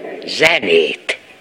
zenét.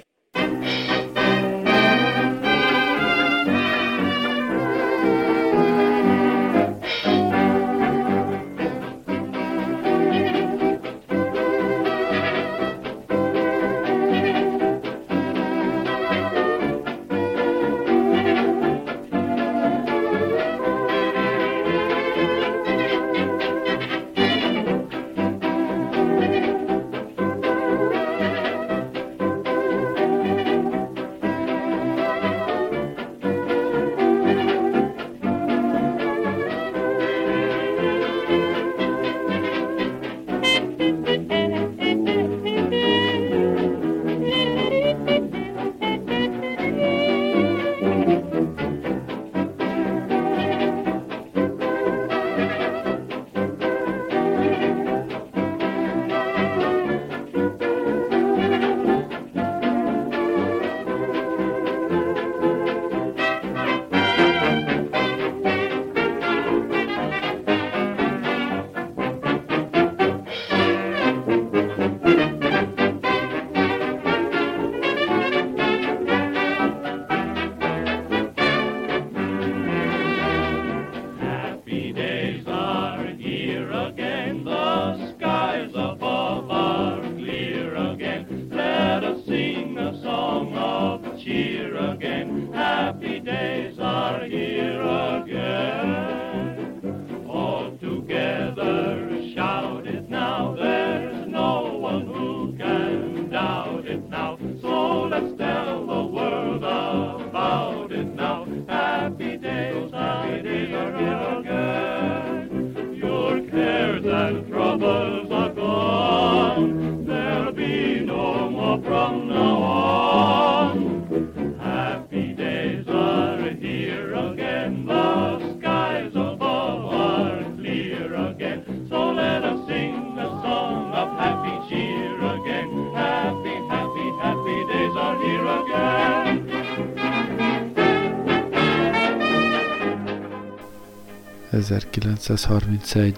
...1931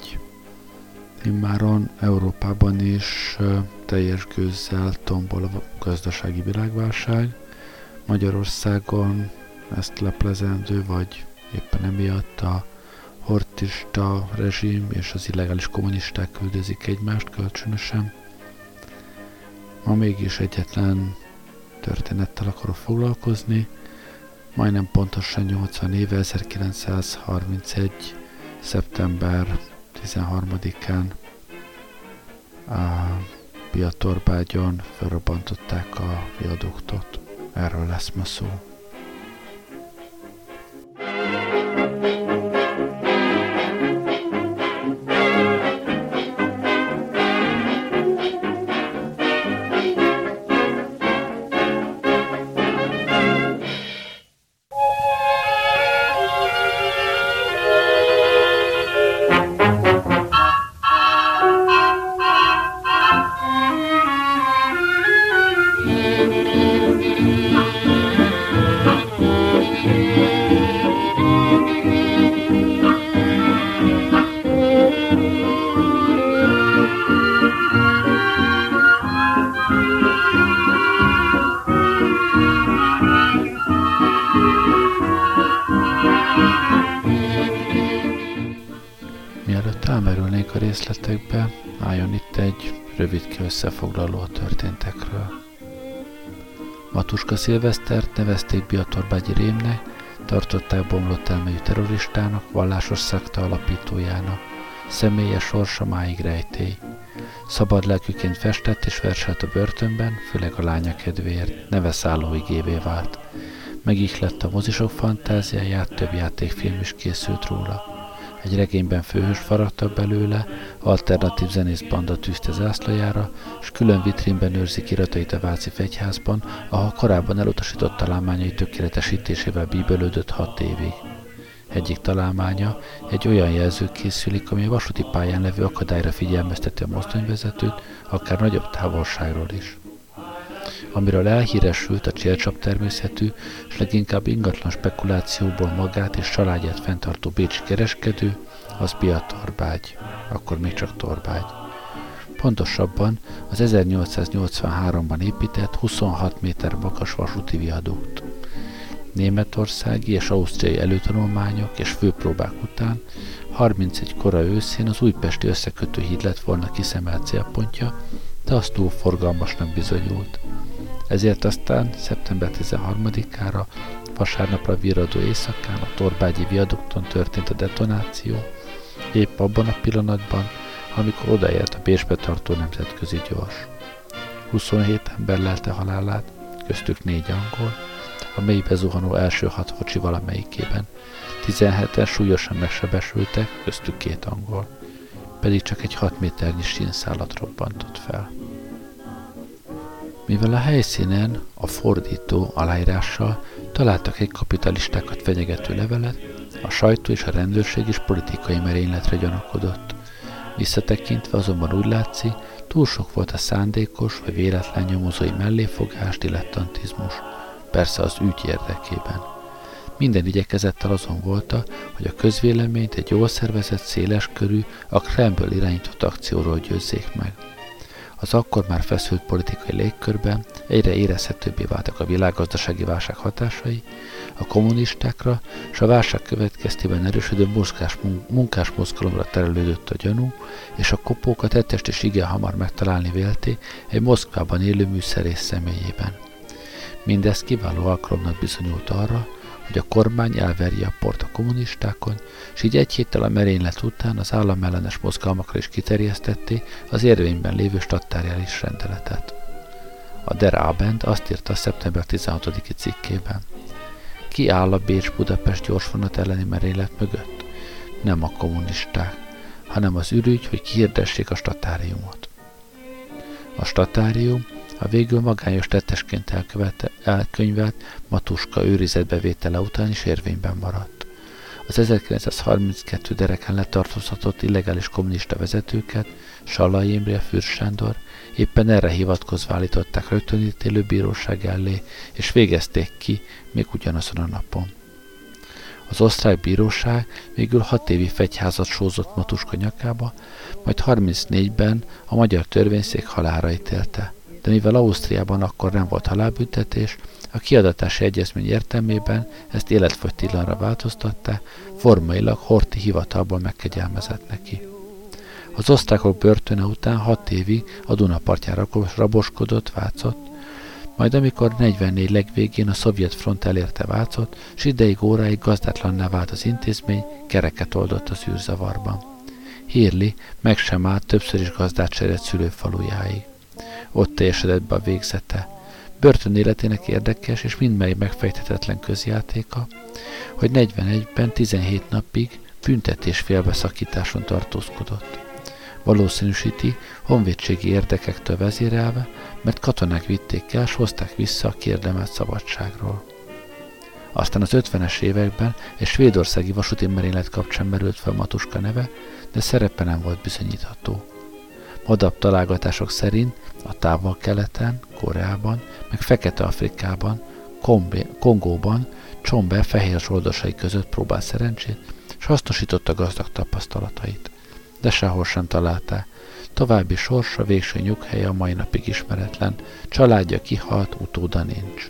immáron Európában is teljes gőzzel tombol a gazdasági világválság. Magyarországon ezt leplezendő, vagy éppen emiatt a horthysta rezsim és az illegális kommunisták küldözik egymást kölcsönösen. Ma mégis egyetlen történettel akarok foglalkozni. Majdnem pontosan 80 éve, 1931. szeptember 13-án a Biatorbágyon felrobbantották a viaduktot. Erről lesz ma szó. Részletekbe álljon itt egy rövidke összefoglaló a történtekről. Matuska Szilvesztert nevezték Biatorbágyi rémnek, tartották bomlott elmélyű terroristának, vallásos szekta alapítójának. Személyes sorsa máig rejtély. Szabad lelkűként festett és verselt a börtönben, főleg a lánya kedvéért, neve szállóigévé vált. Megihlett a mozisok fantáziáját, több játékfilm is készült róla. Egy regényben főhős faragtak belőle, alternatív zenész banda tűzte zászlajára, s külön vitrínben őrzik iratait a Váci Fegyházban, ahol korábban elutasított találmányai tökéletesítésével bíbelődött 6 évig. Egyik találmánya egy olyan jelző készülik, ami a vasúti pályán levő akadályra figyelmezteti a mozdonyvezetőt, akár nagyobb távolságról is. Amiről elhíresült a csélcsap természetű, s leginkább ingatlan spekulációból magát és családját fenntartó bécsi kereskedő, az Biatorbágy, akkor még csak Torbágy. pontosabban az 1883-ban épített 26 méter magas vasúti viadukt. Németországi és ausztriai előtanulmányok és főpróbák után 31 kora őszén az újpesti összekötő híd lett volna kiszemelt célpontja, de az túl forgalmasnak bizonyult. Ezért aztán szeptember 13-ára, vasárnapra virradó éjszakán a Torbágyi viadukton történt a detonáció, épp abban a pillanatban, amikor odaért a Bécsbe tartó nemzetközi gyors. 27 ember lelte halálát, köztük 4 angol, a mélybe zuhanó első 6 kocsi valamelyikében, 17-en súlyosan megsebesültek, köztük 2 angol, pedig csak egy 6 méternyi sínszálat robbantott fel. Mivel a helyszínen a fordító aláírással találtak egy kapitalistákat fenyegető levelet, a sajtó és a rendőrség is politikai merényletre gyanakodott. Visszatekintve azonban úgy látszik, túl sok volt a szándékos vagy véletlen nyomozói melléfogás, dilettantizmus, persze az ügy érdekében. Minden igyekezettel azon volt, hogy a közvéleményt egy jól szervezett, széleskörű, a Kremlből irányított akcióról győzzék meg. Az akkor már feszült politikai légkörben egyre érezhetőbbé váltak a világgazdasági válság hatásai, a kommunistákra és a válság következtében erősödő munkásmozgalomra terelődött a gyanú, és a kopókat ettest is igen hamar megtalálni vélték egy Moszkvában élő műszerész személyében. Mindez kiváló alkalomnak bizonyult arra, hogy a kormány elverje a port a kommunistákon, és így egy héttel a merénylet után az államellenes mozgalmakra is kiterjesztették az érvényben lévő stattáriális rendeletet. A Der Abend azt írta a szeptember 16-i cikkében. Ki áll a Bécs-Budapest gyorsvonat elleni merénylet mögött? Nem a kommunisták, hanem az ürügy, hogy kihirdessék a statáriumot. A statárium a végül magányos tettesként elkönyvelt Matuska őrizetbevétele után is érvényben maradt. Az 1932 dereken letartóztatott illegális kommunista vezetőket, Sallai Imre, Fürst Sándor éppen erre hivatkozva állították rögtönítélő bíróság elé, és végezték ki még ugyanazon a napon. Az osztrák bíróság végül 6 évi fegyházat sózott Matuska nyakába, majd 34-ben a magyar törvényszék halálra ítélte. De mivel Ausztriában akkor nem volt halálbüntetés, a kiadatási egyezmény értelmében ezt életfogytiglanra változtatták, formailag Horthy hivatalból megkegyelmezett neki. Az osztrákok börtöne után 6 évig a Dunapartján raboskodott Vácott, majd amikor 44 legvégén a szovjet front elérte Vácot, s ideig óráig gazdátlanná vált az intézmény, kereket oldott az űrzavarban. Hírli meg sem állt többször is gazdát cserélt szülőfalujáig. Ott teljesedett be a végzete. Börtön életének érdekes és mindmely megfejthetetlen közjátéka, hogy 41-ben 17 napig büntetés félbeszakításon tartózkodott. Valószínűsíti, honvédségi érdekektől vezérelve, mert katonák vitték el, s hozták vissza a kiérdemelt szabadságról. Aztán az 50-es években egy svédországi vasúti merénylet kapcsán merült fel Matuska neve, de szerepe nem volt bizonyítható. Madabb találgatások szerint a Távol-Keleten, Koreában, meg Fekete-Afrikában, Kongóban Csombe fehér zsoldosai között próbált szerencsét, és hasznosította gazdag tapasztalatait. De sehol sem találták. További sorsa, végső nyughelye a mai napig ismeretlen, családja kihalt, utóda nincs.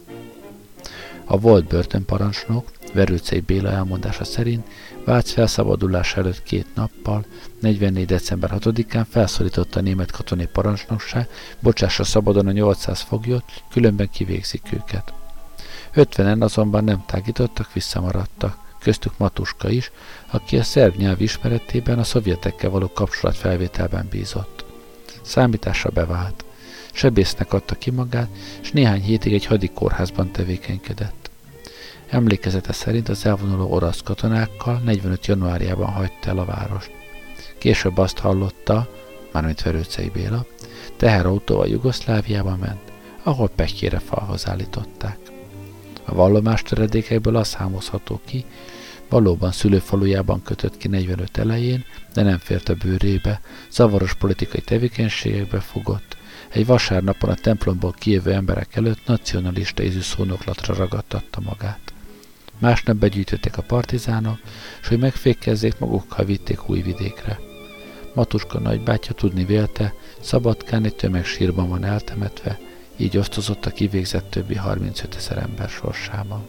A volt börtönparancsnok, Verőcei Béla elmondása szerint Vác felszabadulása előtt 2 nappal, 44. december 6-án felszólította a német katonai parancsnokság, bocsássa szabadon a 800 foglyot, különben kivégzik őket. 50-en azonban nem tágítottak, visszamaradtak, köztük Matuska is, aki a szerb nyelv ismeretében a szovjetekkel való kapcsolatfelvételben bízott. Számításra bevált. Sebésznek adta ki magát, és néhány hétig egy hadikórházban tevékenykedett. Emlékezete szerint az elvonuló orosz katonákkal 45. januárjában hagyta el a várost. Később azt hallotta, mármint Verőcei Béla, teherautóval Jugoszláviába ment, ahol pekjére falhoz állították. A vallomás töredékekből az számozható ki, valóban szülőfalujában kötött ki 45 elején, de nem fért a bőrébe, zavaros politikai tevékenységekbe fogott, egy vasárnapon a templomból kijövő emberek előtt nacionalista ízű szónoklatra ragadtatta magát. Másnap begyűjtötték a partizánok, s hogy megfékezzék, magukkal vitték Újvidékre. Matuska nagybátyja tudni vélte, Szabadkán egy tömegsírban van eltemetve, így osztozott a kivégzett többi 35 000 ember sorsában.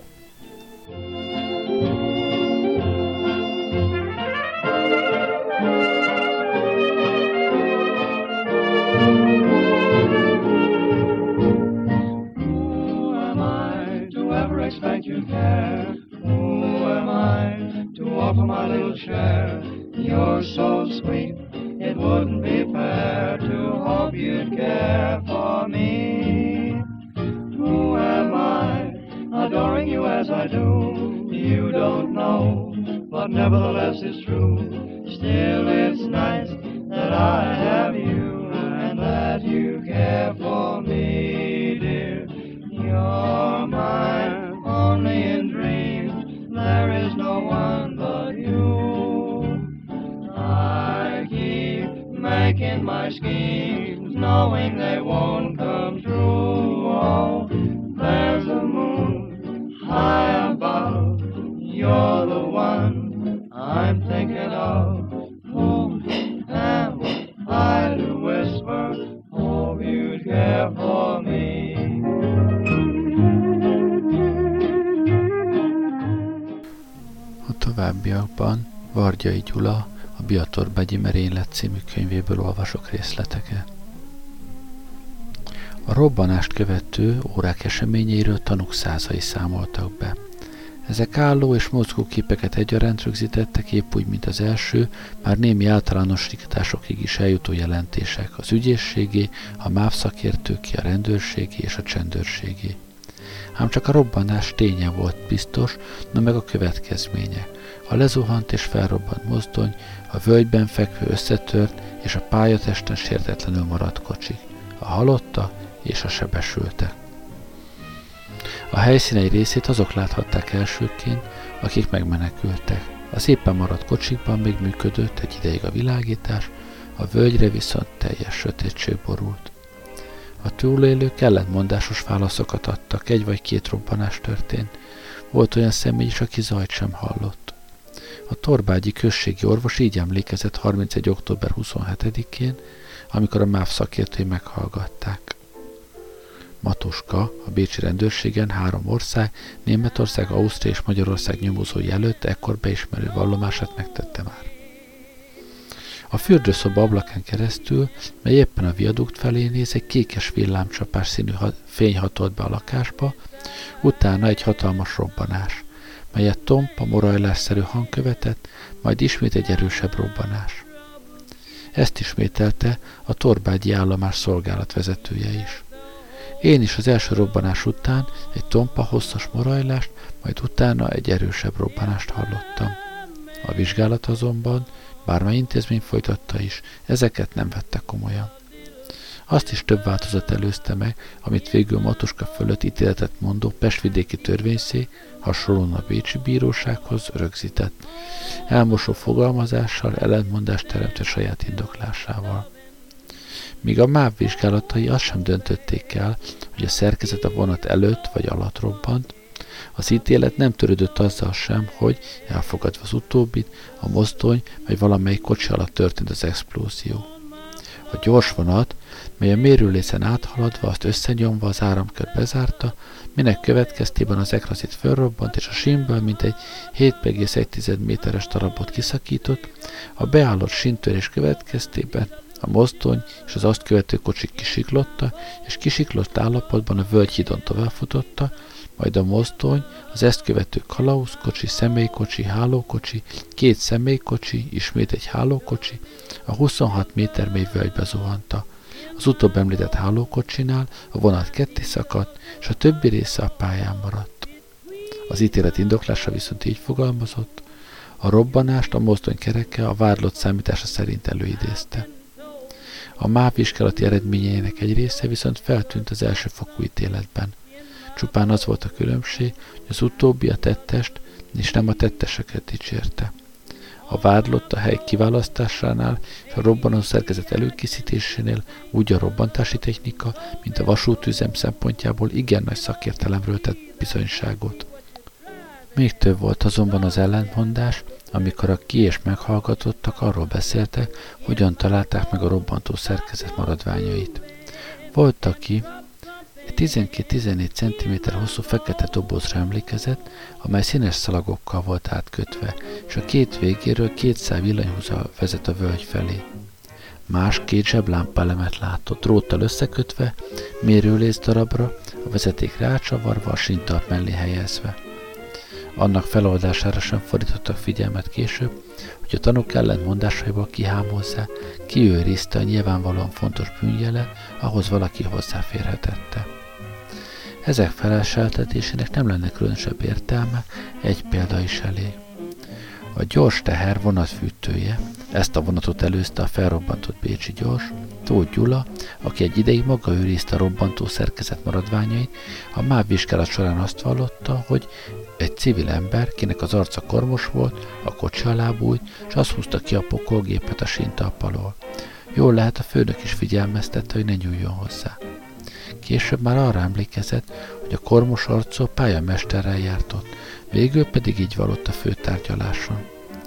Expect you care. Who am I to offer my little share? You're so sweet, it wouldn't be fair to hope you'd care for me. Who am I, adoring you as I do? You don't know, but nevertheless it's true. Still it's nice that I have you and that you care for me, dear. You're mine. Only in dreams, there is no one but you. I keep making my schemes, knowing they won't come true. Oh, there's a moon high above, you're the one I'm thinking of. Who am I to whisper, hope you'd care for me? Továbbiakban Vargyai Gyula a Biatorbagyi Merénylet című könyvéből olvasok részleteket. A robbanást követő órák eseményeiről tanúk százai számoltak be. Ezek álló és mozgó képeket egyaránt rögzítettek, épp úgy, mint az első, már némi általánosításokig is eljutó jelentések, az ügyészségé, a MÁV szakértőké, a rendőrségé és a csendőrségé. Ám csak a robbanás ténye volt biztos, na meg a következménye. A lezuhant és felrobbant mozdony, a völgyben fekvő összetört és a pályatesten sértetlenül maradt kocsik, a halottak és a sebesültek. A helyszín egy részét azok láthatták elsőként, akik megmenekültek. Az éppen maradt kocsikban még működött egy ideig a világítás, a völgyre viszont teljes sötétség borult. A túlélők ellentmondásos válaszokat adtak, egy vagy két robbanás történt. Volt olyan személy is, aki zajt sem hallott. A torbágyi községi orvos így emlékezett 31. október 27-én, amikor a MÁV szakértői meghallgatták. Matuska, a bécsi rendőrségen 3 ország, Németország, Ausztria és Magyarország nyomozói előtt ekkor beismerő vallomását megtette már. A fürdőszoba ablakán keresztül, mely éppen a viadukt felé néz, egy kékes villámcsapás színű fény hatolt be a lakásba, utána egy hatalmas robbanás, melyet tompa, morajlásszerű hang követett, majd ismét egy erősebb robbanás. Ezt ismételte a torbágyi állomás szolgálatvezetője is. Én is az első robbanás után egy tompa, hosszas morajlást, majd utána egy erősebb robbanást hallottam. A vizsgálat azonban, bármely intézmény folytatta is, ezeket nem vette komolyan. Azt is több változat előzte meg, amit végül Matuska fölött ítéletet mondó pestvidéki törvényszék, hasonlóan a bécsi bírósághoz rögzített. Elmosó fogalmazással, ellentmondást teremtett saját indoklásával. Míg a MÁV vizsgálatai azt sem döntötték el, hogy a szerkezet a vonat előtt vagy alatt robbant, az ítélet nem törődött azzal sem, hogy, elfogadva az utóbbit, a mozdony vagy valamelyik kocsi alatt történt az explózió. A gyors vonat, mely a mérőlészen áthaladva, azt összenyomva az áramkört bezárta, minek következtében az ekrazit felrobbant, és a sínből mintegy 7,1 méteres darabot kiszakított, a beállott síntörés következtében a mozdony és az azt követő kocsik kisiklotta, és kisiklott állapotban a völgyhídon továbbfutotta, majd a mozdony, az ezt követő kalauszkocsi, személykocsi, hálókocsi, 2 személykocsi, ismét egy hálókocsi, a 26 méter mély völgybe zuhanta. Az utóbb említett hálókocsinál a vonat ketté szakadt, és a többi része a pályán maradt. Az ítélet indoklása viszont így fogalmazott, a robbanást a mozdony kereke a vádlott számítása szerint előidézte. A MÁV vizsgálati eredményeinek egy része viszont feltűnt az elsőfokú ítéletben. Csupán az volt a különbség, hogy az utóbbi a tettest és nem a tetteseket dicsérte. A vádlott a hely kiválasztásánál és a robbanó szerkezet előkészítésénél úgy a robbantási technika, mint a vasútüzem szempontjából igen nagy szakértelemről tett bizonyságot. Még több volt azonban az ellentmondás, amikor a ki és meghallgatottak arról beszéltek, hogyan találták meg a robbantó szerkezet maradványait. Volt, aki egy 12-14 cm hosszú fekete dobozra emlékezett, amely színes szalagokkal volt átkötve, és a két végéről 2 szál villanyhúza vezet a völgy felé. Más 2 zseblámpaelemet látott, dróttal összekötve, mérőléc darabra, a vezeték rácsavarva, a síntalp mellé helyezve. Annak feloldására sem fordítottak figyelmet később, hogy a tanúk ellentmondásaiból kihámozzá, kiőrizte a nyilvánvalóan fontos bűnjele, ahhoz valaki hozzáférhetette. Ezek felelseltetésének nem lenne különösebb értelme, egy példa is elég. A gyors teher vonatfűtője, ezt a vonatot előzte a felrobbantott bécsi gyors, Tóth Gyula, aki egy ideig maga őrizte a robbantó szerkezet maradványait, a MÁV vizsgálat során azt vallotta, hogy egy civil ember, kinek az arca kormos volt, a kocsi alá bújt, és azt húzta ki a pokolgépet a síntalp alól. Jól lehet, a főnök is figyelmeztette, hogy ne nyúljon hozzá. Később már arra emlékezett, hogy a kormos arcú pályamesterrel járt ott, végül pedig így vallott a főtárgyaláson.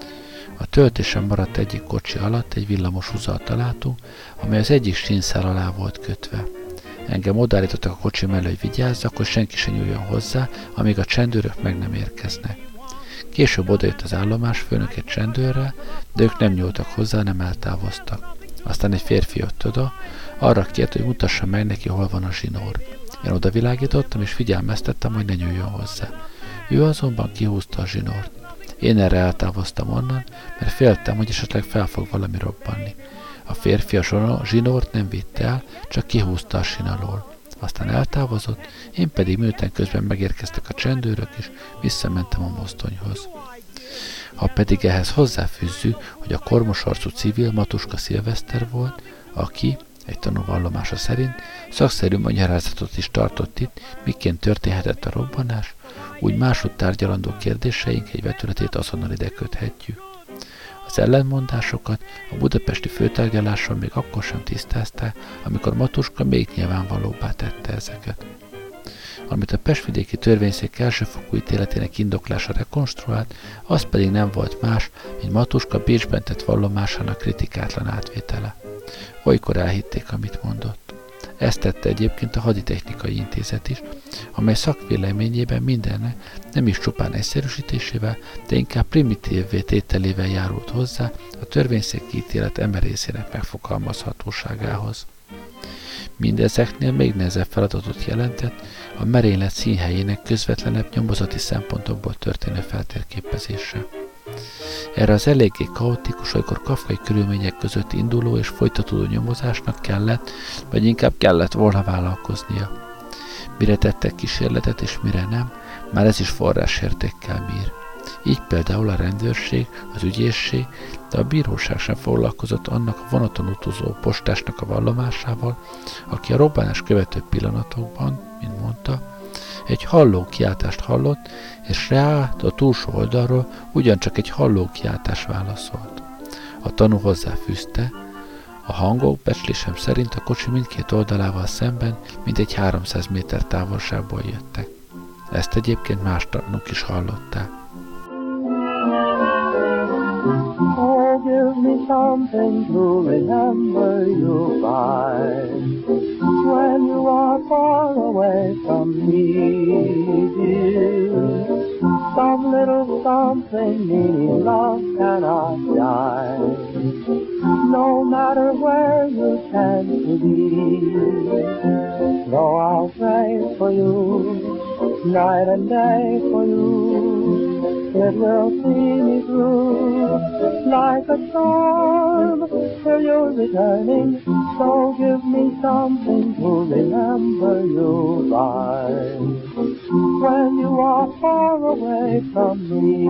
A töltésen maradt egyik kocsi alatt egy villamos húzat találtunk, amely az egyik sínszál alá volt kötve. Engem odaállítottak a kocsi mellé, hogy vigyázzak, hogy senki se nyúljon hozzá, amíg a csendőrök meg nem érkeznek. Később odajött az állomásfőnök egy csendőrrel, de ők nem nyúltak hozzá, nem eltávoztak. Aztán egy férfi jött oda, arra kért, hogy mutassa meg neki, hol van a zsinór. Én odavilágítottam, és figyelmeztettem, hogy ne nyúljon hozzá. Ő azonban kihúzta a zsinórt. Én erre eltávoztam onnan, mert féltem, hogy esetleg fel fog valami robbanni. A férfi a zsinórt nem vitte el, csak kihúzta a sín alól. Aztán eltávozott, én pedig miután közben megérkeztek a csendőrök is, visszamentem a mozdonyhoz. Ha pedig ehhez hozzáfűzzük, hogy a kormos arcú civil Matuska Szilveszter volt, aki, egy tanú vallomása szerint, szakszerű magyarázatot is tartott itt, miként történhetett a robbanás, úgy máshogy tárgyalandó kérdéseink egy vetületét azonnal ide köthetjük. Az ellentmondásokat a budapesti főtárgyaláson még akkor sem tisztázták, amikor Matuska még nyilvánvalóbbá tette ezeket. Amit a pestvidéki törvényszék elsőfokú ítéletének indoklása rekonstruált, az pedig nem volt más, mint Matuska Bécsben tett vallomásának kritikátlan átvétele. Olykor elhitték, amit mondott. Ezt tette egyébként a Haditechnikai Intézet is, amely szakvéleményében mindennek nem is csupán egyszerűsítésével, de inkább primitívvé tételével járult hozzá a törvényszéki ítélet emerészének megfogalmazhatóságához. Mindezeknél még nehezebb feladatot jelentett a merénylet színhelyének közvetlenebb nyomozati szempontokból történő feltérképezése. Erre az eléggé kaotikus, olykor kafkai körülmények között induló és folytatódó nyomozásnak kellett, vagy inkább kellett volna vállalkoznia. Mire tettek kísérletet és mire nem, már ez is forrásértékkel bír. Így például a rendőrség, az ügyészség, de a bíróság sem foglalkozott annak a vonaton utazó postásnak a vallomásával, aki a robbanás követő pillanatokban, mint mondta, egy hallókiáltást hallott, és rá a túlsó oldalról ugyancsak egy hallókiáltás válaszolt. A tanú hozzáfűzte, a hangok becslésem szerint a kocsi mindkét oldalával szemben mintegy 300 méter távolságból jöttek. Ezt egyébként más tanúk is hallották. Oh, give me something to remember you by when you are far away from me, dear. Some little something meaning love cannot die, no matter where you chance to be. Though I'll pray for you night and day for you, it will see me through like a charm till you're returning. So give me something to remember you by when you are far away from me.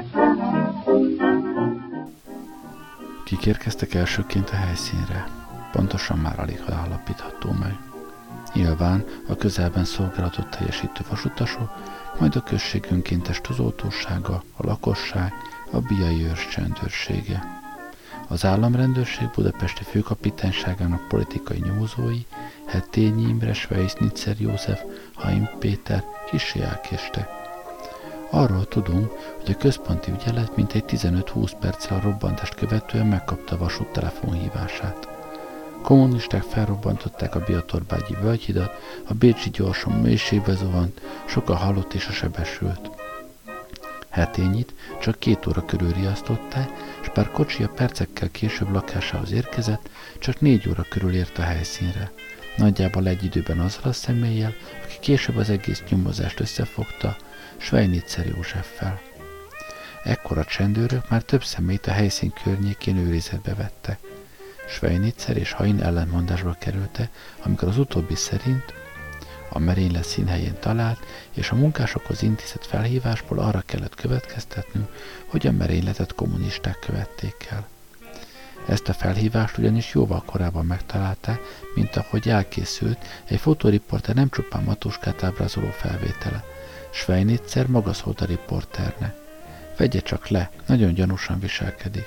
Kik érkeztek elsőként a helyszínre? pontosan már alig állapítható meg. Nyilván a közelben szolgálatot teljesítő vasutasok, majd a község önkéntes tuzoltósága, a lakosság, a biai őrs csendőrsége. Az államrendőrség budapesti főkapitányságának politikai nyomozói, Hettényi Imre, Schweisnitzer József, Haim Péter kissé elkéstek. Arról tudunk, hogy a központi ügyelet mintegy 15-20 perccel a robbantást követően megkapta a vasút telefonhívását. Kommunisták felrobbantották a Bihatorbágyi völgyhidat, a bécsi gyorsom mélységbe zuhant, sok a halott és a sebesült. Hettényit csak 2 óra körül riasztották, és bár kocsia percekkel később lakásához érkezett, csak 4 óra körül ért a helyszínre. Nagyjából egy időben azzal a személlyel, aki később az egész nyomozást összefogta, Schweisnitzer Józseffel. Ekkor a csendőrök már több személyt a helyszín környékén őrizetbe vettek. Schweisnitzer és Hain ellentmondásba kerülte, amikor az utóbbi szerint a merénylet színhelyén talált, és a munkásokhoz intézett felhívásból arra kellett következtetnünk, hogy a merényletet kommunisták követték el. Ezt a felhívást ugyanis jóval korábban megtalálták, mint ahogy elkészült egy fotóriporter nem csupán Matuskát ábrázoló felvétele. Schweisnitzer maga szólt a riporternek. Vegye csak le, nagyon gyanúsan viselkedik.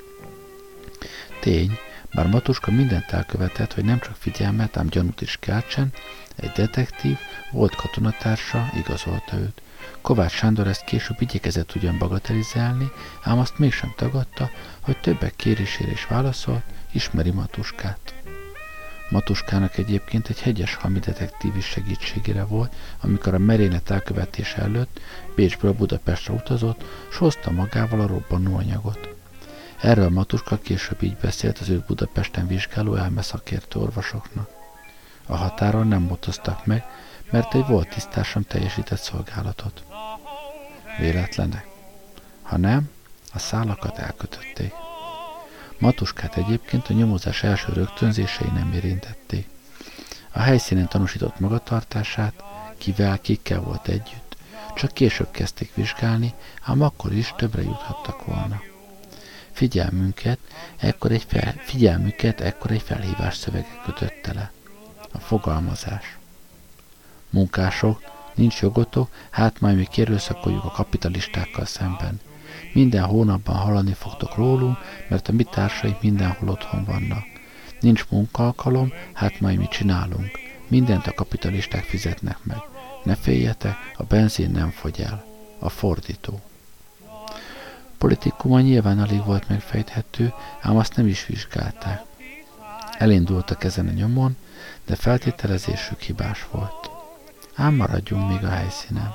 Tény, bár Matuska mindent elkövetett, hogy nem csak figyelmet, ám gyanút is keltsen, egy detektív, volt katonatársa, igazolta őt. Kovács Sándor ezt később igyekezett ugyan bagatelizálni, ám azt mégsem tagadta, hogy többek kérésére is válaszolt, ismeri Matuskát. Matuskának egyébként egy hegyeshalmi detektív is segítségére volt, amikor a merénylet elkövetése előtt Bécsből Budapestre utazott, s hozta magával a robbanóanyagot. Erről Matuska később így beszélt az őt Budapesten vizsgáló elmeszakértő orvosoknak. A határon nem motoztak meg, mert egy volt tisztársam teljesített szolgálatot. Véletlenek? Ha nem, a szálakat elkötötték. Matuskát egyébként a nyomozás első rögtönzései nem érintették. A helyszínen tanúsított magatartását, kivel, kikkel volt együtt, csak később kezdték vizsgálni, ám akkor is többre juthattak volna. Figyelmüket ekkor egy felhívás szövege kötötte le. A fogalmazás. Munkások, nincs jogotok, hát majd mi kérőszakoljuk a kapitalistákkal szemben. Minden hónapban hallani fogtok rólunk, mert a mi társaink mindenhol otthon vannak. Nincs munkaalkalom, hát majd mi csinálunk. Mindent a kapitalisták fizetnek meg. Ne féljetek, a benzin nem fogy el. A fordító. Politikuma nyilván alig volt megfejthető, ám azt nem is vizsgálták. Elindultak ezen a nyomon, de feltételezésük hibás volt. Ám maradjunk még a helyszínen.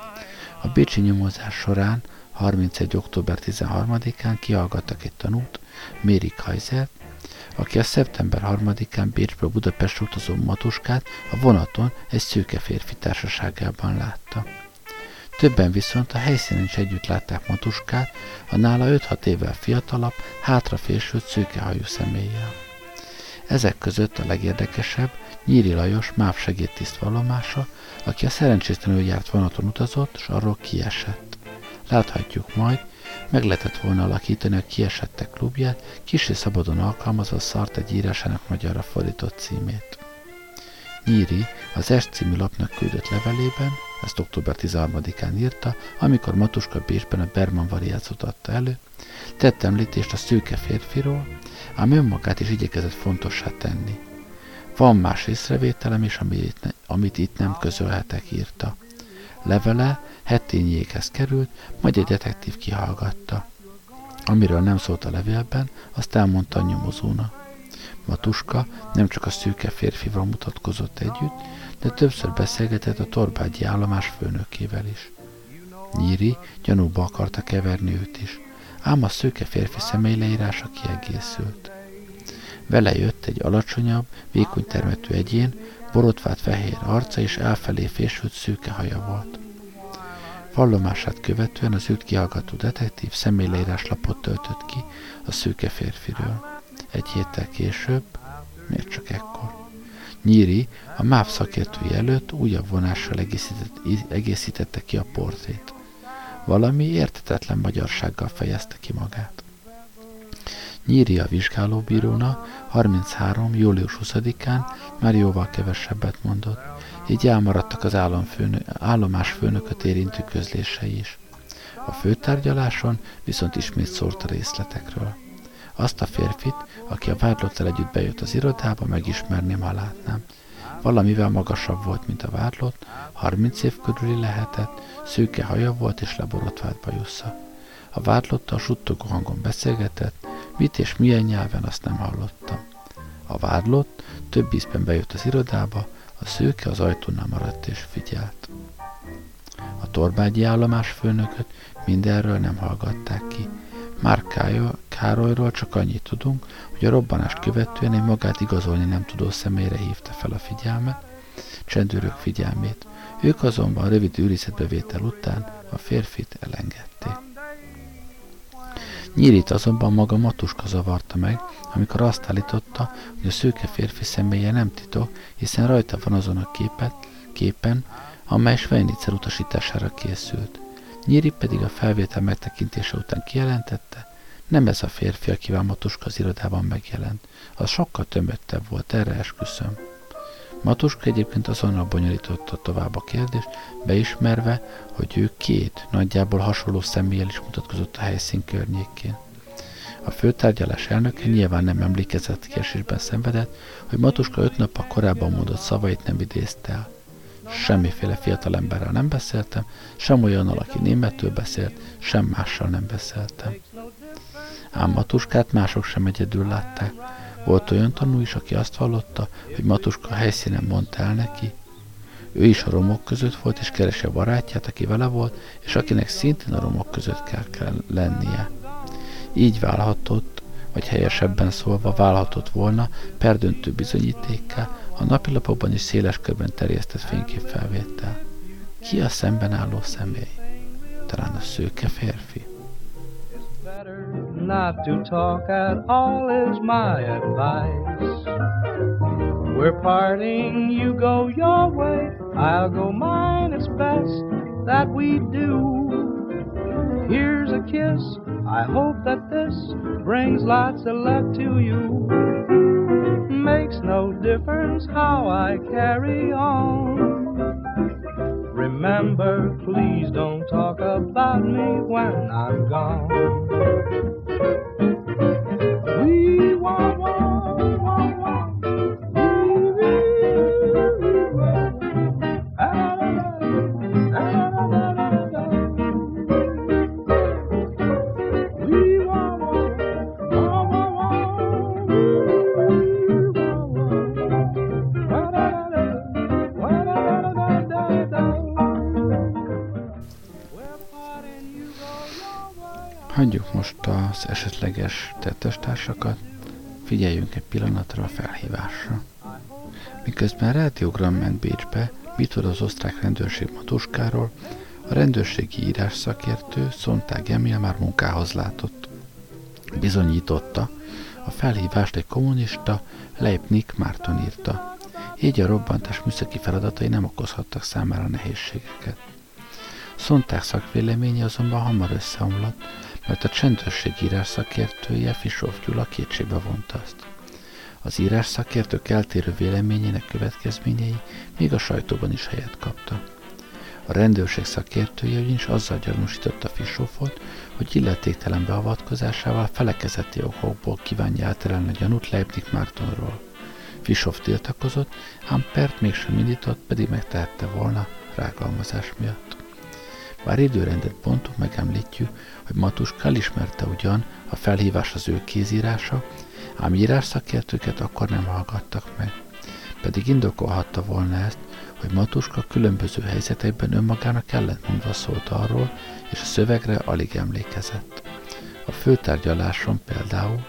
A bécsi nyomozás során 31. október 13-án kihallgattak egy tanút, Méri Kajzert, aki a szeptember 3-án Bécsből Budapestre utazó Matuskát a vonaton egy szőke férfi társaságában látta. Többen viszont a helyszínen is együtt látták Matuskát, a nála 5-6 évvel fiatalabb, hátrafésült szőkehajú személlyel. Ezek között a legérdekesebb Nyíri Lajos MÁV segédtiszt vallomása, aki a szerencsétlenül járt vonaton utazott, s arról kiesett. Láthatjuk majd, meg lehetett volna alakítani a Kiesettek klubját, kissé szabadon alkalmazva Szart egy írásának magyarra fordított címét. Nyíri az S című lapnak küldött levelében, ezt október 13-án írta, amikor Matuska Bécsben a Berman variációt adta elő, tett említést a szőke férfiról, ám önmagát is igyekezett fontossá tenni. Van más észrevételem is, amit itt nem közölhetek, írta. Levele Hettényiékhez került, majd egy detektív kihallgatta. Amiről nem szólt a levélben, azt elmondta a nyomozónak. Matuska nem csak a szőke férfival mutatkozott együtt, de többször beszélgetett a Torbágyi állomás főnökével is. Nyíri gyanúba akarta keverni őt is, ám a szőke férfi személyleírása kiegészült. Vele jött egy alacsonyabb, vékony termetű egyén, borotvált fehér arca és elfelé fésült szőke haja volt. Vallomását követően az őt kihallgató detektív személyleíráslapot töltött ki a szőke férfiről. Egy héttel később, miért csak ekkor? Nyíri a MÁV szakértői előtt újabb vonással egészítette ki a portrét. Valami érthetetlen magyarsággal fejezte ki magát. Nyíri a vizsgálóbíróna 33. július 20-án már jóval kevesebbet mondott, így elmaradtak az állomásfőnököt érintő közlései is. A főtárgyaláson viszont ismét szólt a részletekről. Azt a férfit, aki a vádlottal együtt bejött az irodába, megismerném, ha látnám. Valamivel magasabb volt, mint a vádlott, 30 év körüli lehetett, szőke haja volt és leborotvált bajusza. A vádlottal suttogó hangon beszélgetett, mit és milyen nyelven, azt nem hallottam. A vádlott több ízben bejött az irodába, a szőke az ajtónál maradt és figyelt. A torbágyi állomás főnököt mindenről nem hallgatták ki. Már Károlyról csak annyit tudunk, hogy a robbanást követően egy magát igazolni nem tudó személyre hívta fel a figyelmet, csendőrök figyelmét. Ők azonban rövid őrizetbevétel után a férfit elengedték. Nyírit azonban maga Matuska zavarta meg, amikor azt állította, hogy a szőke férfi személye nem titok, hiszen rajta van azon a képen, amely Svejnicer utasítására készült. Nyíri pedig a felvétel megtekintése után kijelentette, nem ez a férfi, akivel Matuska az irodában megjelent. Az sokkal tömöttebb volt, erre esküszöm. Matuska egyébként azonnal bonyolította tovább a kérdést, beismerve, hogy ő két nagyjából hasonló személlyel is mutatkozott a helyszín környékén. A főtárgyalás elnöke nyilván nem emlékezetkiesésben szenvedett, hogy Matuska 5 nappal korábban mondott szavait nem idézte el. Semmiféle fiatalemberrel nem beszéltem, sem olyannal, aki németül beszélt, sem mással nem beszéltem. Ám Matuskát mások sem egyedül látták. Volt olyan tanú is, aki azt vallotta, hogy Matuska a helyszínen mondta el neki. Ő is a romok között volt, és keresi a barátját, aki vele volt, és akinek szintén a romok között kell lennie. Így válhatott, vagy helyesebben szólva válhatott volna perdöntő bizonyítékká a napilapokban is széles körben terjesztett fényképfelvétel. Ki a szemben álló személy? Talán a szőke férfi? Not to talk at all is my advice. We're parting, you go your way, I'll go mine, it's best that we do. Here's a kiss, I hope that this brings lots of luck to you. Makes no difference how I carry on. Remember, please don't talk about me when I'm gone. We want, Hagyjuk most az esetleges tettestársakat, figyeljünk egy pillanatra a felhívásra. Miközben rádiógram ment Bécsbe, mit tud az osztrák rendőrség Matuskáról, a rendőrségi írás szakértő Sonntag Emil már munkához látott. Bizonyította, a felhívást egy kommunista, Leibniz Márton írta. Így a robbantás műszaki feladatai nem okozhattak számára nehézségeket. Sonntag szakvéleménye azonban hamar összeomlott, mert a csendőrség írás szakértője Fischoff Gyula kétségbe vonta azt. Az írás szakértők eltérő véleményének következményei még a sajtóban is helyet kaptak. A rendőrség szakértője ugyanis azzal gyanúsította Fischoffot, hogy illetéktelen beavatkozásával felekezeti okokból kívánja elterelni a gyanút Leibniz Mártonról. Fischoff tiltakozott, ám pert mégsem indított, pedig megtehette volna rágalmazás miatt. Bár időrendet bontunk, megemlítjük, hogy Matuska elismerte ugyan, a felhívás az ő kézírása, ám írásszakértőket akkor nem hallgattak meg. Pedig indokolhatta volna ezt, hogy Matuska különböző helyzetekben önmagának ellentmondva szólt arról, és a szövegre alig emlékezett. A főtárgyaláson például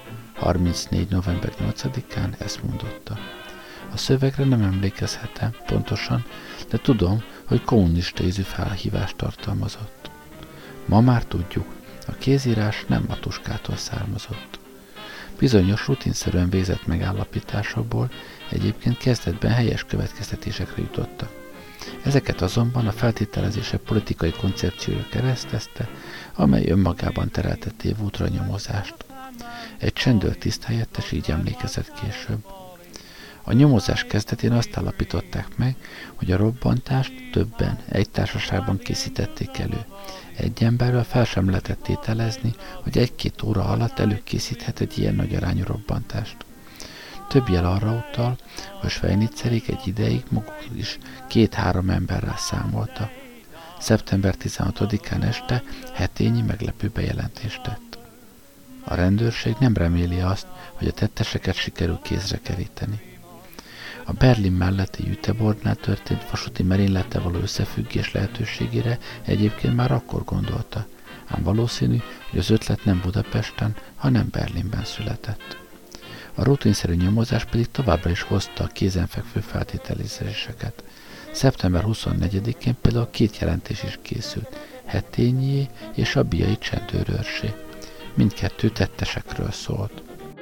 34. november 8-án ezt mondotta. A szövegre nem emlékezhetem pontosan, de tudom, hogy kommunista ízű felhívást tartalmazott. Ma már tudjuk, a kézírás nem Matuskától származott. Bizonyos rutinszerűen végzett megállapításokból egyébként kezdetben helyes következtetésekre jutottak. Ezeket azonban a feltételezése politikai koncepciója keresztezte, amely önmagában terelte tévútra nyomozást. Egy csendőr tiszthelyettes így emlékezett később. A nyomozás kezdetén azt állapították meg, hogy a robbantást többen, egy társaságban készítették elő. Egy emberrel fel sem lehetett tételezni, hogy 1-2 óra alatt előkészíthet egy ilyen nagy arányú robbantást. Több jel arra utal, hogy Svejnicerék egy ideig maguk is 2-3 emberrel számolta. Szeptember 16-án este Hetényi meglepő bejelentést tett. A rendőrség nem reméli azt, hogy a tetteseket sikerül kézre keríteni. A Berlin melletti Jüteborgnál történt vasúti merénylettel való összefüggés lehetőségére egyébként már akkor gondolta, ám valószínű, hogy az ötlet nem Budapesten, hanem Berlinben született. A rutinszerű nyomozás pedig továbbra is hozta a kézenfekvő feltételezéseket. Szeptember 24-én például 2 jelentés is készült, Hetényié és a biai csendőrőrsé. Mindkettő tettesekről szólt.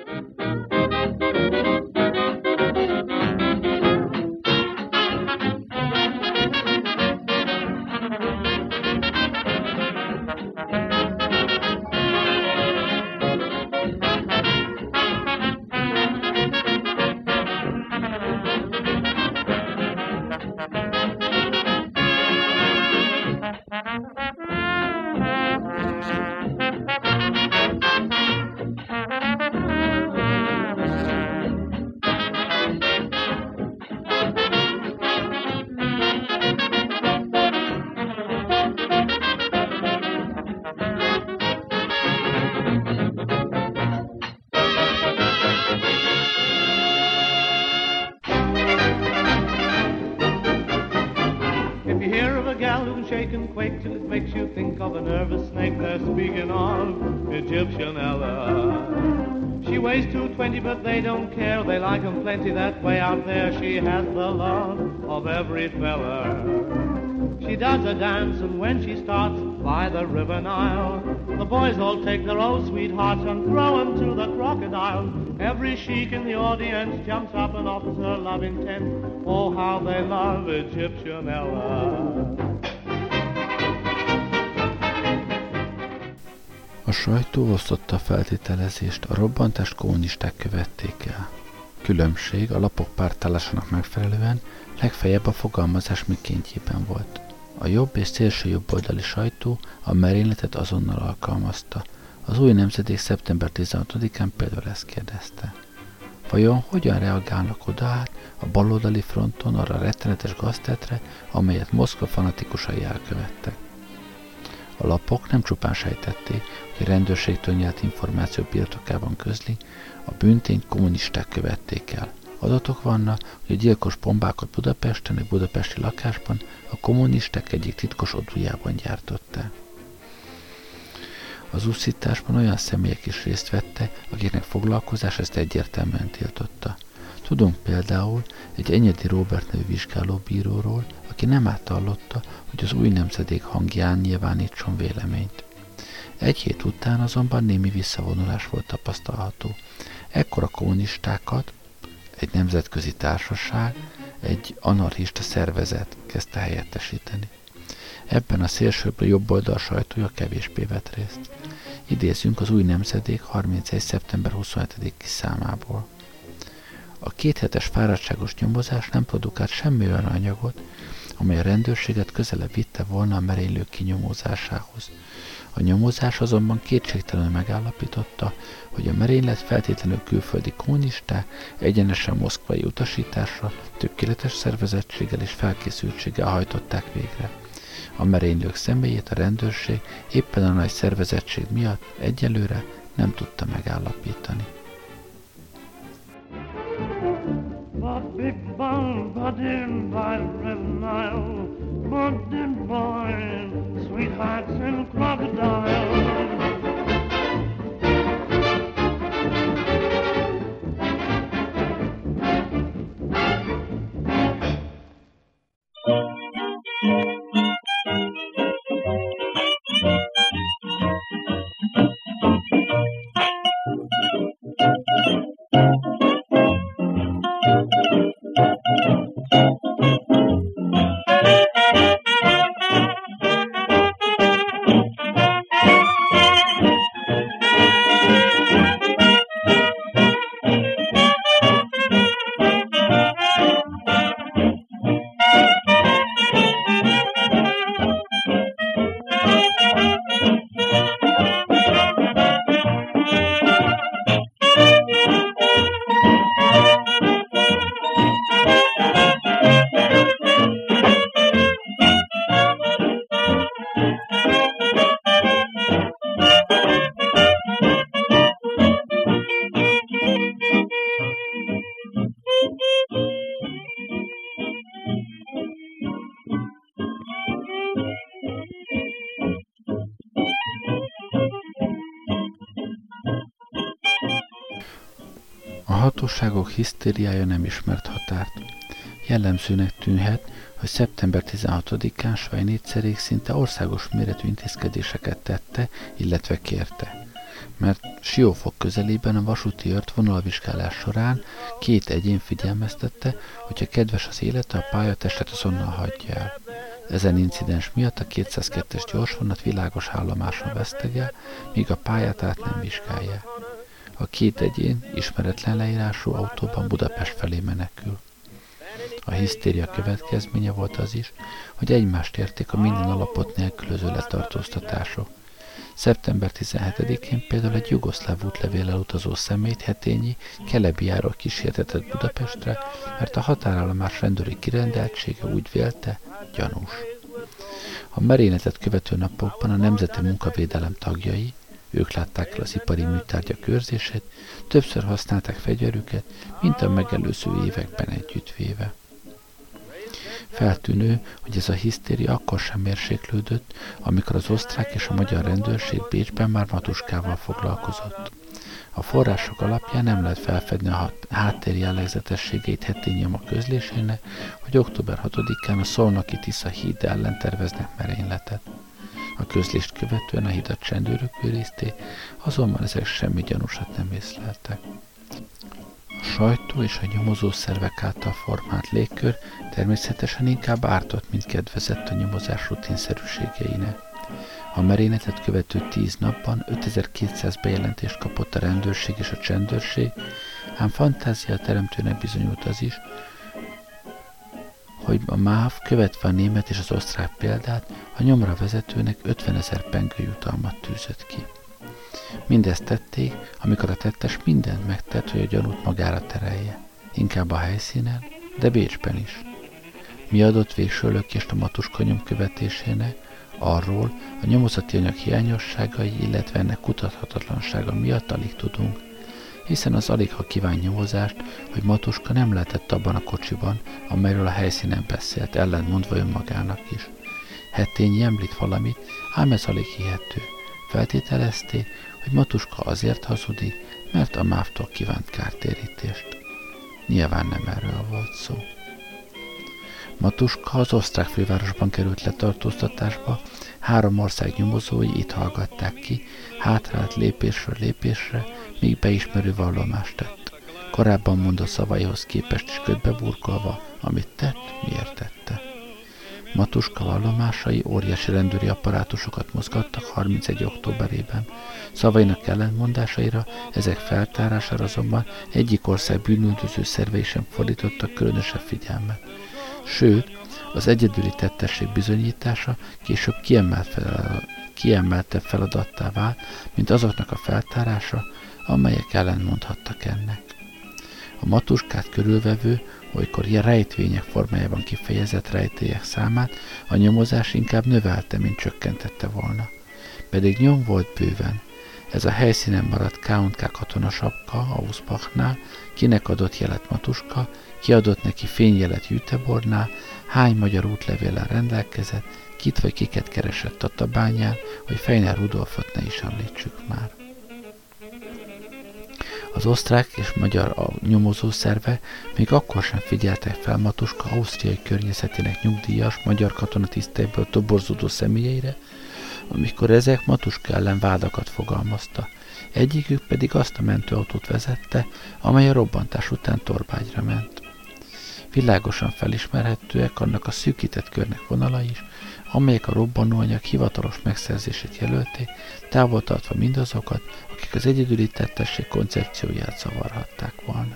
Shake and quake till it makes you think of a nervous snake. They're speaking of Egyptian Ella. She weighs 220, but they don't care. They like 'em plenty that way out there. She has the love of every fella. She does a dance, and when she starts by the river Nile, the boys all take their old sweethearts and throw 'em to the crocodile. Every sheik in the audience jumps up and offers her love intent. Oh, how they love Egyptian Ella. A sajtó osztotta a feltételezést, a robbantást kommunisták követték el. Különbség a lapok pártállásának megfelelően legfeljebb a fogalmazás mikéntjében volt. A jobb és szélső jobboldali sajtó a merényletet azonnal alkalmazta. Az Új Nemzedék szeptember 16-án például ezt kérdezte. Vajon hogyan reagálnak odaát a baloldali fronton arra a rettenetes gaztetre, amelyet Moszkva fanatikusai elkövettek? A lapok nem csupán sejtették, hogy a rendőrségtől nyert információ birtokában közli, a bűntényt kommunisták követték el. Adatok vannak, hogy a gyilkos bombákat Budapesten, egy budapesti lakásban a kommunisták egyik titkos odújában gyártották. Az úszításban olyan személyek is részt vettek, akiknek foglalkozás ezt egyértelműen tiltotta. Tudunk például egy Enyedi Róbert nevű vizsgálóbíróról, aki nem áthallotta, hogy az Új Nemzedék hangján nyilvánítson véleményt. Egy hét után azonban némi visszavonulás volt tapasztalható. Ekkor a kommunistákat egy nemzetközi társaság, egy anarchista szervezet kezdte helyettesíteni. Ebben a szélsőbb jobboldal sajtója kevésbé vett részt. Idézzünk az Új Nemzedék 31. szeptember 27. számából. A 2 hetes fáradtságos nyomozás nem produkált semmi olyan anyagot, amely a rendőrséget közelebb vitte volna a merénylők kinyomozásához. A nyomozás azonban kétségtelenül megállapította, hogy a merénylet feltétlenül külföldi kommunisták egyenesen moszkvai utasításra, tökéletes szervezettséggel és felkészültséggel hajtották végre. A merénylők személyét a rendőrség éppen a nagy szervezettség miatt egyelőre nem tudta megállapítani. A hatóságok hisztériája nem ismert határt. Jellemzőnek tűnhet, hogy szeptember 16-án Svejnitzerék szinte országos méretű intézkedéseket tette, illetve kérte. Mert Siófok közelében a vasúti őrt vonalvizsgálás során 2 egyén figyelmeztette, hogyha kedves az élete, a pályatestet azonnal hagyja el. Ezen incidens miatt a 202-es gyorsvonat világos állomáson vesztegel, míg a pályát át nem vizsgálja. A 2 egyén ismeretlen leírású autóban Budapest felé menekül. A hisztéria következménye volt az is, hogy egymást érték a minden alapot nélkülöző letartóztatások. Szeptember 17-én például egy jugoszláv útlevéllel utazó személyt Hetényi Kelebiáról kísértetett Budapestre, mert a határállomás rendőri kirendeltsége úgy vélte, gyanús. A merényletet követő napokban a Nemzeti Munkavédelem tagjai, ők látták el az ipari műtárgyak őrzését, többször használták fegyverüket, mint a megelőző években együttvéve. Feltűnő, hogy ez a hisztéria akkor sem mérséklődött, amikor az osztrák és a magyar rendőrség Bécsben már Matuskával foglalkozott. A források alapján nem lehet felfedni a háttér jellegzetességeit Hetényi a közlésének, hogy október 6-án a Szolnoki Tisza híd ellen terveznek merényletet. A közlést követően a hidat csendőrök őrizték, azonban ezek semmi gyanúsat nem észleltek. A sajtó és a nyomozó szervek által formált légkör természetesen inkább ártott, mint kedvezett a nyomozás rutinszerűségeinek. A merényletet követő 10 napban 5200 bejelentést kapott a rendőrség és a csendőrség, ám fantázia teremtőnek bizonyult az is, hogy a MÁV követve a német és az osztrák példát a nyomra vezetőnek 50 000 pengőjutalmat tűzött ki. Mindezt tették, amikor a tettes mindent megtett, hogy a gyanút magára terelje, inkább a helyszínen, de Bécsben is. Mi adott végső lökést a Matuska nyom követésének? Arról a nyomozati anyag hiányosságai, illetve ennek kutathatatlansága miatt alig tudunk, hiszen az alig ha kíván nyomozást, hogy Matuska nem lehetett abban a kocsiban, amelyről a helyszínen beszélt, ellentmondva önmagának is. Hetényi említ valamit, ám ez alig hihető. Feltételezték, hogy Matuska azért hazudik, mert a MÁV-tól kívánt kártérítést. Nyilván nem erről volt szó. Matuska az osztrák fővárosban került letartóztatásba, 3 ország nyomozói itt hallgatták ki, hátrált lépésről lépésre, míg beismerő vallomást tett. Korábban mondott szavaihoz képest is ködbe burkolva, amit tett, miért tette. Matuska vallomásai óriási rendőri apparátusokat mozgattak 31. októberében. Szavainak ellentmondásaira, ezek feltárására azonban egyik ország bűnüldöző szervei sem fordítottak különösebb figyelmet. Sőt, az egyedüli tettesség bizonyítása később kiemeltebb feladattá vált, mint azoknak a feltárása, amelyek ellentmondhattak ennek. A Matuskát körülvevő, olykor ilyen rejtvények formájában kifejezett rejtélyek számát a nyomozás inkább növelte, mint csökkentette volna. Pedig nyom volt bőven. Ez a helyszínen maradt K&K katonasapka Ausbachnál, kinek adott jelet Matuska, kiadott neki fényjelet Jütebornál, hány magyar útlevéllel rendelkezett, kit vagy kiket keresett Tatabányán, hogy Fejner Rudolfot ne is említsük már. Az osztrák és magyar nyomozószerve még akkor sem figyeltek fel Matuska ausztriai környezetének nyugdíjas magyar katonatiszteiből toborzódó személyeire, amikor ezek Matuska ellen vádakat fogalmazta. Egyikük pedig azt a mentőautót vezette, amely a robbantás után Torbágyra ment. Világosan felismerhetőek annak a szűkített körnek vonalai is, amelyek a robbanóanyag hivatalos megszerzését jelölték, távol tartva mindazokat, akik az egyedüli tettesség koncepcióját zavarhatták volna.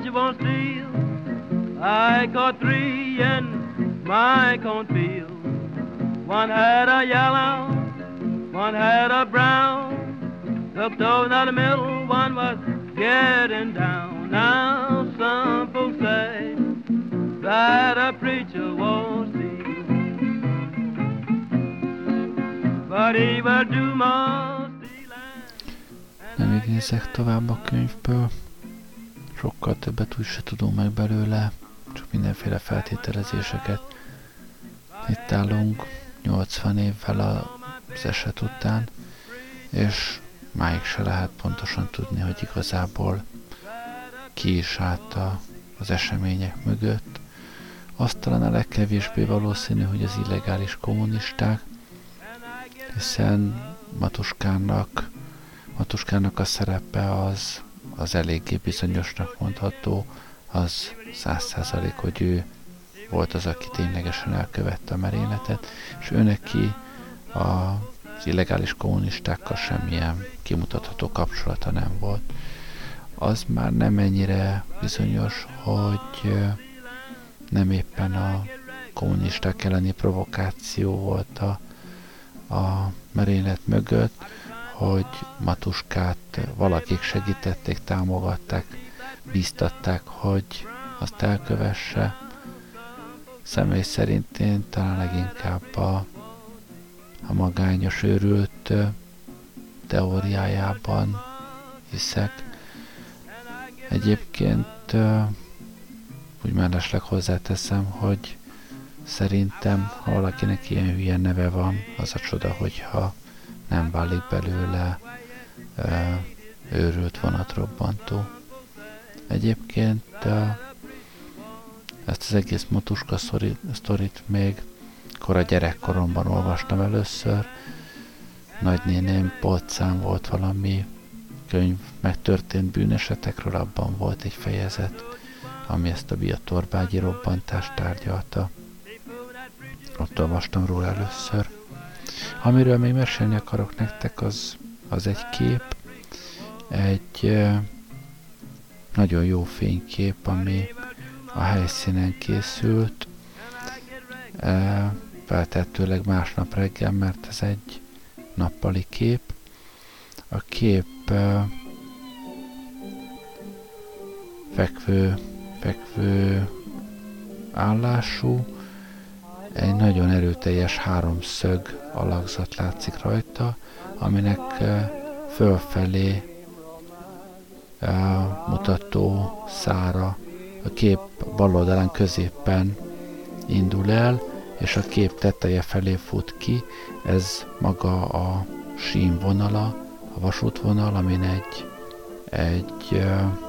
you won't steal. I caught 3 in my cornfield. One had a yellow, one had a brown. Looked over down the middle, one was getting down. Now some folks say that a preacher won't steal, but he will do more stealing. Nem idézek tovább a könyvből, sokkal többet úgy se tudunk meg belőle, csak mindenféle feltételezéseket. Itt állunk 80 évvel az eset után, és máig se lehet pontosan tudni, hogy igazából ki is állt az események mögött. Azt talán a legkevésbé valószínű, hogy az illegális kommunisták, hiszen Matuskának a szerepe az eléggé bizonyosnak mondható, az 100%, hogy ő volt az, aki ténylegesen elkövette a merényletet, és ő neki az illegális kommunistákkal semmilyen kimutatható kapcsolata nem volt. Az már nem ennyire bizonyos, hogy nem éppen a kommunisták elleni provokáció volt a merénylet mögött, hogy Matuskát valakik segítették, támogatták, bíztatták, hogy azt elkövesse. Személy szerint én talán leginkább a magányos őrült teóriájában hiszek. Egyébként úgy mellesleg hozzáteszem, hogy szerintem, ha valakinek ilyen hülye neve van, az a csoda, hogyha nem válik belőle őrült vonatrobbantó. Egyébként ezt az egész Matuska sztorit még kora gyerekkoromban olvastam először. Nagynéném polcán volt valami könyv megtörtént bűnesetekről, abban volt egy fejezet, ami ezt a Bíjatorbágyi robbantást tárgyalta. Ott olvastam róla először. Amiről még mesélni akarok nektek, az egy kép, egy nagyon jó fénykép, ami a helyszínen készült, feltehetőleg másnap reggel, mert ez egy nappali kép. A kép fekvő állású, egy nagyon erőteljes háromszög alakzat látszik rajta, aminek fölfelé mutató szára a kép bal oldalán középen indul el, és a kép teteje felé fut ki. Ez maga a sínvonala, a vasútvonal, amin egy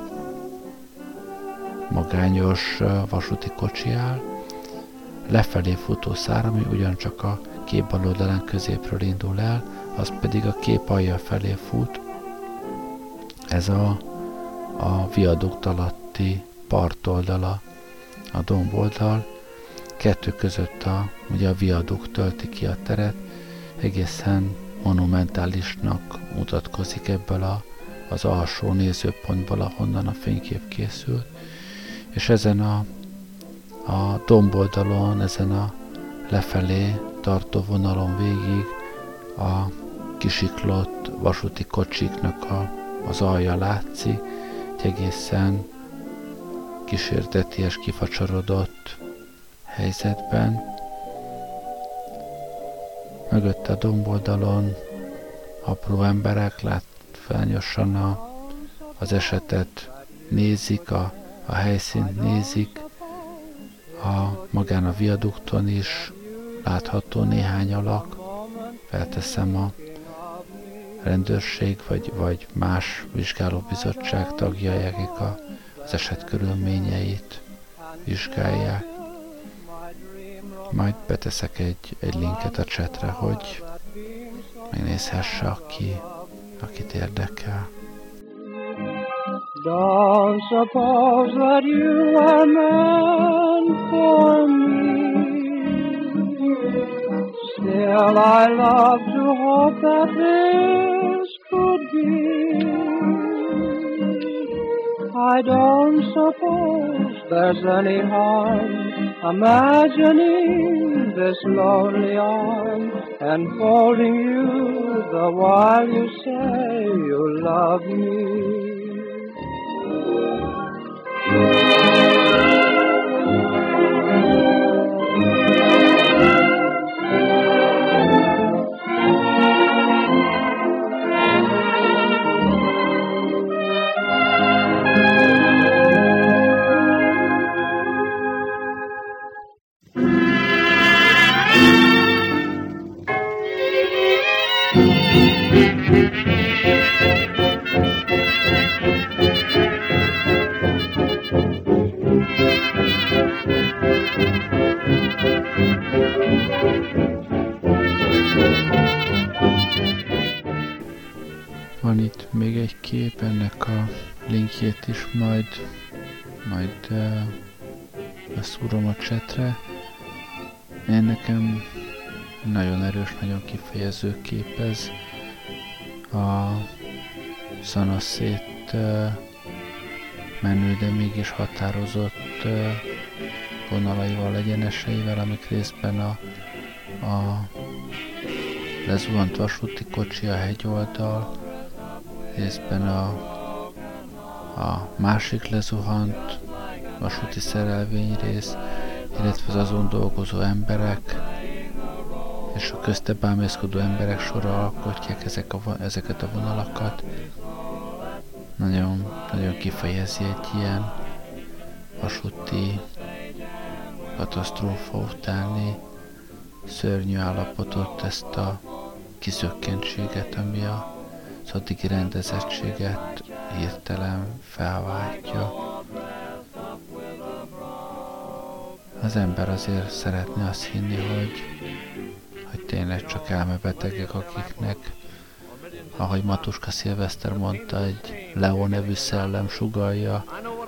magányos vasúti kocsi áll. Lefelé futó szár, ami ugyancsak a kép bal oldalán középről indul el, az pedig a kép alja felé fut. Ez a viadukt alatti partoldala, a domboldal. Kettő között ugye a viadukt tölti ki a teret, egészen monumentálisnak mutatkozik ebből az alsó nézőpontból, ahonnan a fénykép készült. És ezen a domboldalon, ezen a lefelé tartó vonalon végig a kisiklott vasúti kocsiknak az alja látszik, egy egészen kísérteties, kifacsarodott helyzetben. Mögötte a domboldalon apró emberek látványosan az esetet nézik, a helyszínt nézik, magán a viadukton is látható néhány alak. Felteszem, a rendőrség vagy más vizsgálóbizottság tagjai, akik az eset körülményeit vizsgálják. Majd beteszek egy linket a chatre, hogy megnézhesse, akit érdekel. Don't suppose that you are meant for me. Still I love to hope that this could be. I don't suppose there's any harm imagining this lonely arm enfolding you the while you say you love me. Van itt még egy kép, ennek a linkjét is majd beszúrom a chatre. Én nekem nagyon erős, nagyon kifejező kép ez. A szanaszét menő, de mégis határozott vonalaival, egyeneseivel, amik részben a lezuhant vasúti kocsi, a hegyoldal, részben a másik lezuhant vasúti szerelvényrész, illetve az azon dolgozó emberek és a közte bámészkodó emberek sora alkotják ezeket a vonalakat. Nagyon, nagyon kifejezi egy ilyen vasúti katasztrófa utáni szörnyű állapotot, ezt a kizökkentséget, ami az addigi rendezettséget hirtelen felváltja. Az ember azért szeretne azt hinni, hogy tényleg csak elmebetegek, akiknek, ahogy Matuska Szilveszter mondta, egy Leo nevű szellem sugallja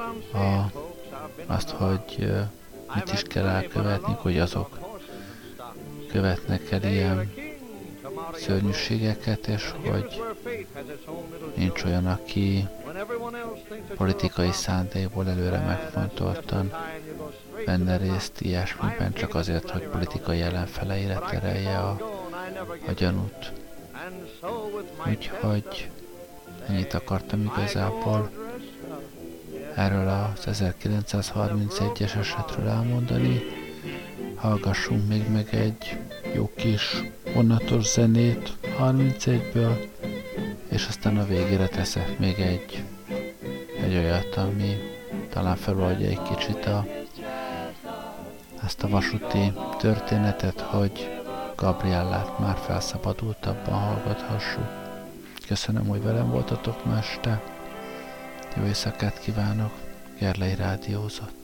azt, hogy mit is kell elkövetni, hogy azok követnek el ilyen szörnyűségeket, és hogy nincs olyan, aki politikai szándékból előre megfontoltan venne részt ilyesmiben, csak azért, hogy politikai ellenfeleire terelje a gyanút. Úgyhogy ennyit akartam igazából erről az 1931-es esetről elmondani. Hallgassunk még meg egy jó kis vonatos zenét 31-ből, és aztán a végére teszek még egy olyat, ami talán feloldja egy kicsit ezt a vasúti történetet, hogy Gabriellát már felszabadultabban hallgathassuk. Köszönöm, hogy velem voltatok ma este. Jó éjszakát kívánok, Gerlei rádiózott.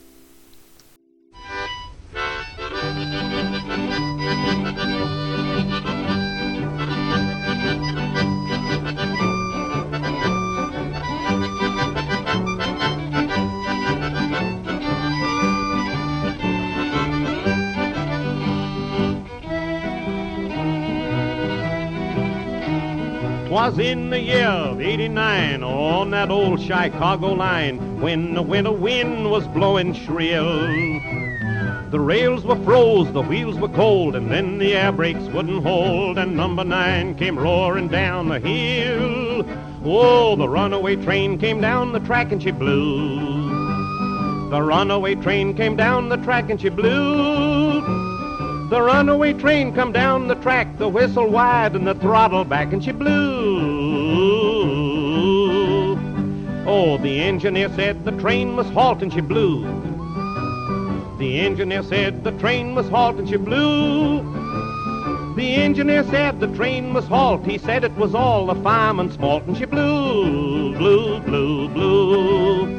Was in the year of 89 on that old Chicago line when the winter wind was blowing shrill. The rails were froze, the wheels were cold, and then the air brakes wouldn't hold, and number 9 came roaring down the hill. Oh, the runaway train came down the track and she blew. The runaway train came down the track and she blew. The runaway train come down the track, the whistle wide and the throttle back, and she blew. Oh, the engineer said the train must halt, and she blew. The engineer said the train must halt, and she blew. The engineer said the train must halt. He said it was all the fireman's fault, and she blew, blew, blew, blew.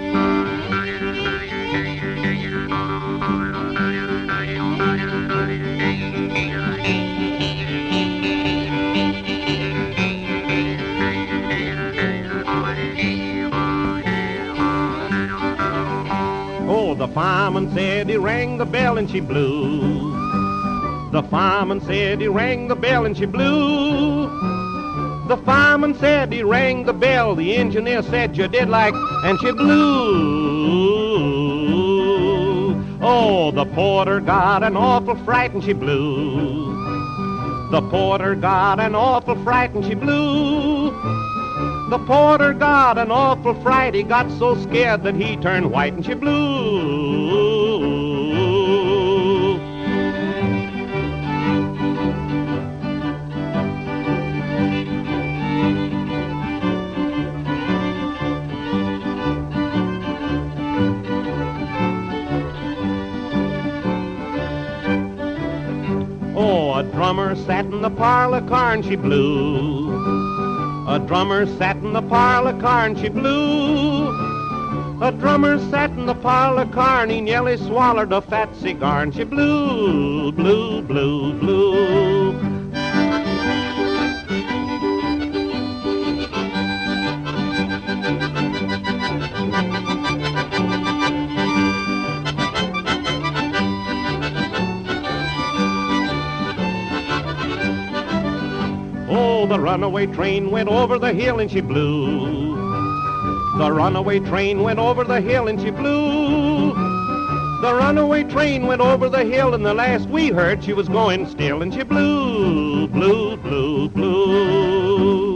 The fireman said he rang the bell and she blew. The fireman said he rang the bell and she blew. The fireman said he rang the bell. The engineer said you did like, and she blew. Oh, the porter got an awful fright and she blew. The porter got an awful fright and she blew. The porter got an awful fright. He got so scared that he turned white and she blew. Oh, a drummer sat in the parlor car and she blew. A drummer sat in the parlor car and she blew. A drummer sat in the parlor car and he nearly swallowed a fat cigar and she blew, blew, blew, blew. Oh, the runaway train went over the hill and she blew. The runaway train went over the hill and she blew. The runaway train went over the hill and the last we heard she was going still and she blew, blew, blew, blew.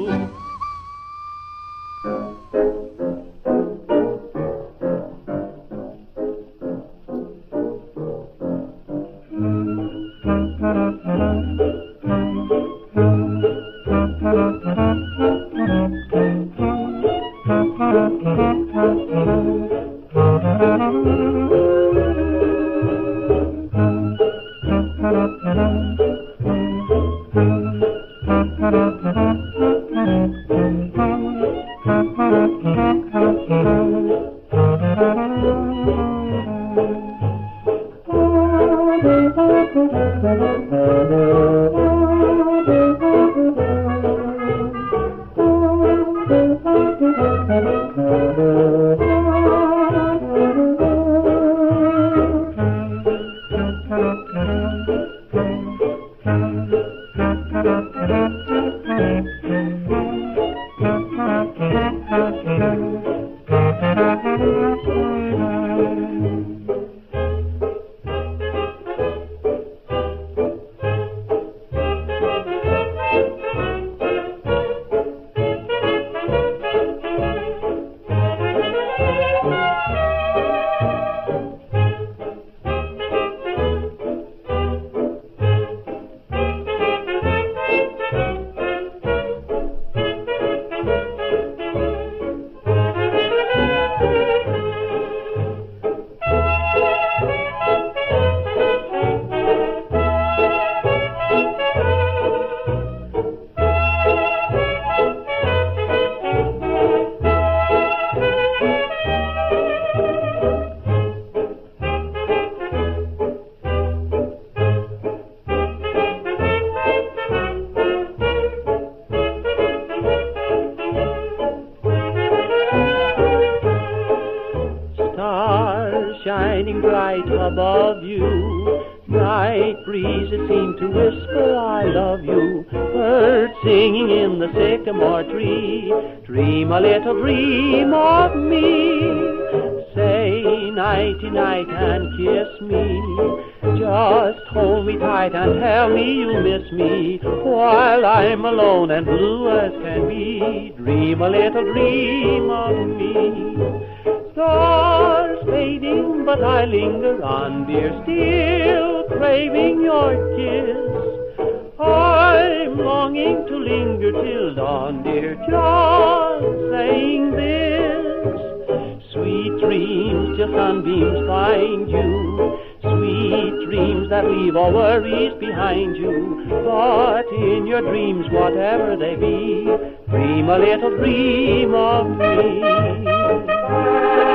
Shining bright above you, night breezes seem to whisper I love you. Birds singing in the sycamore tree, dream a little dream of me. Say nighty night and kiss me, just hold me tight and tell me you miss me, while I'm alone and blue as can be. Dream a little dream of me. Stars fading, but I linger on, dear, still craving your kiss. I'm longing to linger till dawn, dear, just saying this. Sweet dreams till sunbeams find you, sweet dreams that leave all worries behind you. But in your dreams, whatever they be, dream a little dream of me.